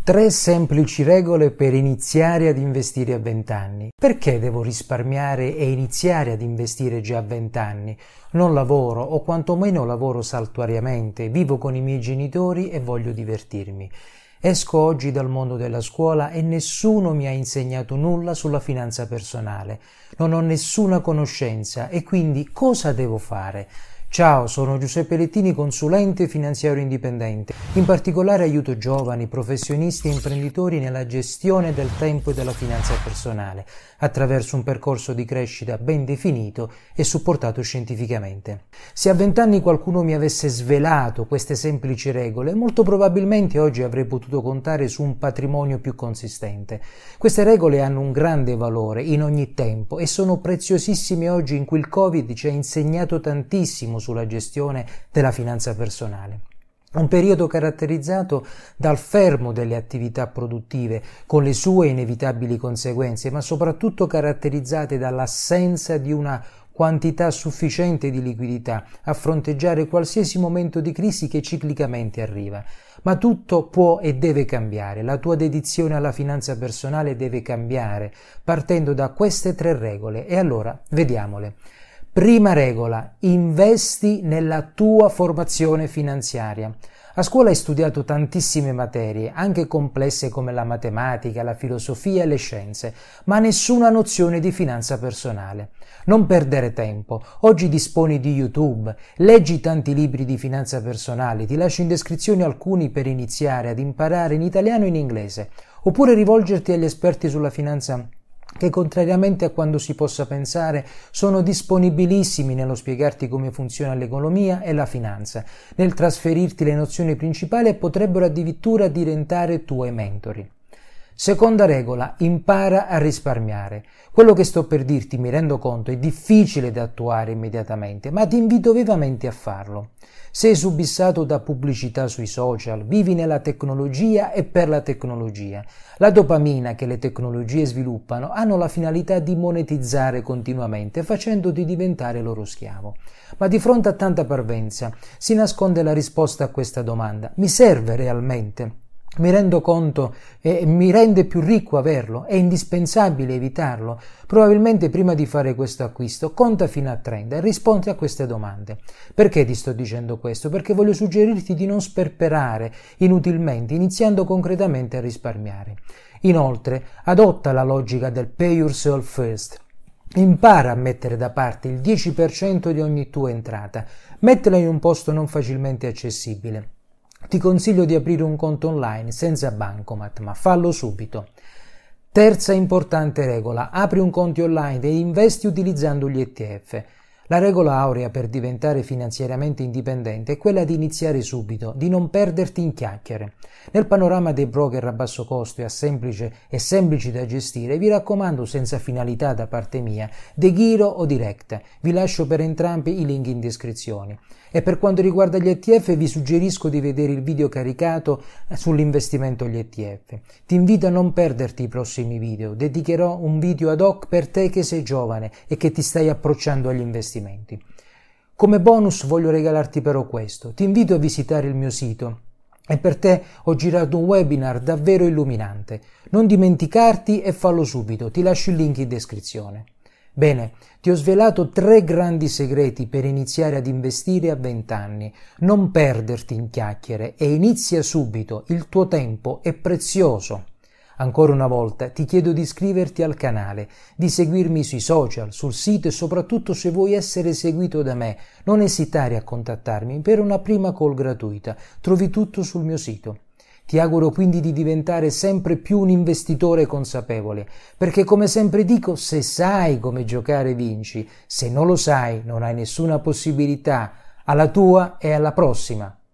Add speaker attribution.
Speaker 1: 3 semplici regole per iniziare ad investire a 20 anni. Perché devo risparmiare e iniziare ad investire già a 20 anni? Non lavoro o quantomeno lavoro saltuariamente, vivo con i miei genitori e voglio divertirmi. Esco oggi dal mondo della scuola e nessuno mi ha insegnato nulla sulla finanza personale. Non ho nessuna conoscenza e quindi cosa devo fare? Ciao, sono Giuseppe Lettini, consulente finanziario indipendente. In particolare aiuto giovani, professionisti e imprenditori nella gestione del tempo e della finanza personale, attraverso un percorso di crescita ben definito e supportato scientificamente. Se a 20 anni qualcuno mi avesse svelato queste semplici regole, molto probabilmente oggi avrei potuto contare su un patrimonio più consistente. Queste regole hanno un grande valore in ogni tempo e sono preziosissime oggi in cui il Covid ci ha insegnato tantissimo sulla gestione della finanza personale. Un periodo caratterizzato dal fermo delle attività produttive, con le sue inevitabili conseguenze, ma soprattutto caratterizzate dall'assenza di una quantità sufficiente di liquidità a fronteggiare qualsiasi momento di crisi che ciclicamente arriva. Ma tutto può e deve cambiare, la tua dedizione alla finanza personale deve cambiare, partendo da queste 3 regole, e allora vediamole. Prima regola: investi nella tua formazione finanziaria. A scuola hai studiato tantissime materie, anche complesse come la matematica, la filosofia e le scienze, ma nessuna nozione di finanza personale. Non perdere tempo. Oggi disponi di YouTube, leggi tanti libri di finanza personale, ti lascio in descrizione alcuni per iniziare ad imparare in italiano e in inglese, oppure rivolgerti agli esperti sulla finanza che, contrariamente a quando si possa pensare, sono disponibilissimi nello spiegarti come funziona l'economia e la finanza, nel trasferirti le nozioni principali e potrebbero addirittura diventare tuoi mentori. Seconda regola: impara a risparmiare. Quello che sto per dirti, mi rendo conto, è difficile da attuare immediatamente, ma ti invito vivamente a farlo. Sei subissato da pubblicità sui social, vivi nella tecnologia e per la tecnologia. La dopamina che le tecnologie sviluppano hanno la finalità di monetizzare continuamente, facendoti diventare loro schiavo. Ma di fronte a tanta parvenza si nasconde la risposta a questa domanda: mi serve realmente? Mi rendo conto e mi rende più ricco averlo? È indispensabile evitarlo? Probabilmente prima di fare questo acquisto conta fino a 30 e rispondi a queste domande. Perché ti sto dicendo questo? Perché voglio suggerirti di non sperperare inutilmente, iniziando concretamente a risparmiare. Inoltre, adotta la logica del pay yourself first. Impara a mettere da parte il 10% di ogni tua entrata. Mettila in un posto non facilmente accessibile. Ti consiglio di aprire un conto online senza bancomat, ma fallo subito. Terza importante regola: apri un conto online e investi utilizzando gli ETF. La regola aurea per diventare finanziariamente indipendente è quella di iniziare subito, di non perderti in chiacchiere. Nel panorama dei broker a basso costo e semplici da gestire, vi raccomando, senza finalità da parte mia, DeGiro o Direct. Vi lascio per entrambi i link in descrizione. E per quanto riguarda gli ETF, vi suggerisco di vedere il video caricato sull'investimento agli ETF. Ti invito a non perderti i prossimi video. Dedicherò un video ad hoc per te che sei giovane e che ti stai approcciando agli investimenti. Come bonus voglio regalarti però questo. Ti invito a visitare il mio sito. E per te ho girato un webinar davvero illuminante. Non dimenticarti e fallo subito. Ti lascio il link in descrizione. Bene, ti ho svelato 3 grandi segreti per iniziare ad investire a 20 anni. Non perderti in chiacchiere e inizia subito, il tuo tempo è prezioso. Ancora una volta ti chiedo di iscriverti al canale, di seguirmi sui social, sul sito e soprattutto, se vuoi essere seguito da me, non esitare a contattarmi per una prima call gratuita. Trovi tutto sul mio sito. Ti auguro quindi di diventare sempre più un investitore consapevole, perché, come sempre dico, se sai come giocare vinci, se non lo sai non hai nessuna possibilità. Alla tua e alla prossima!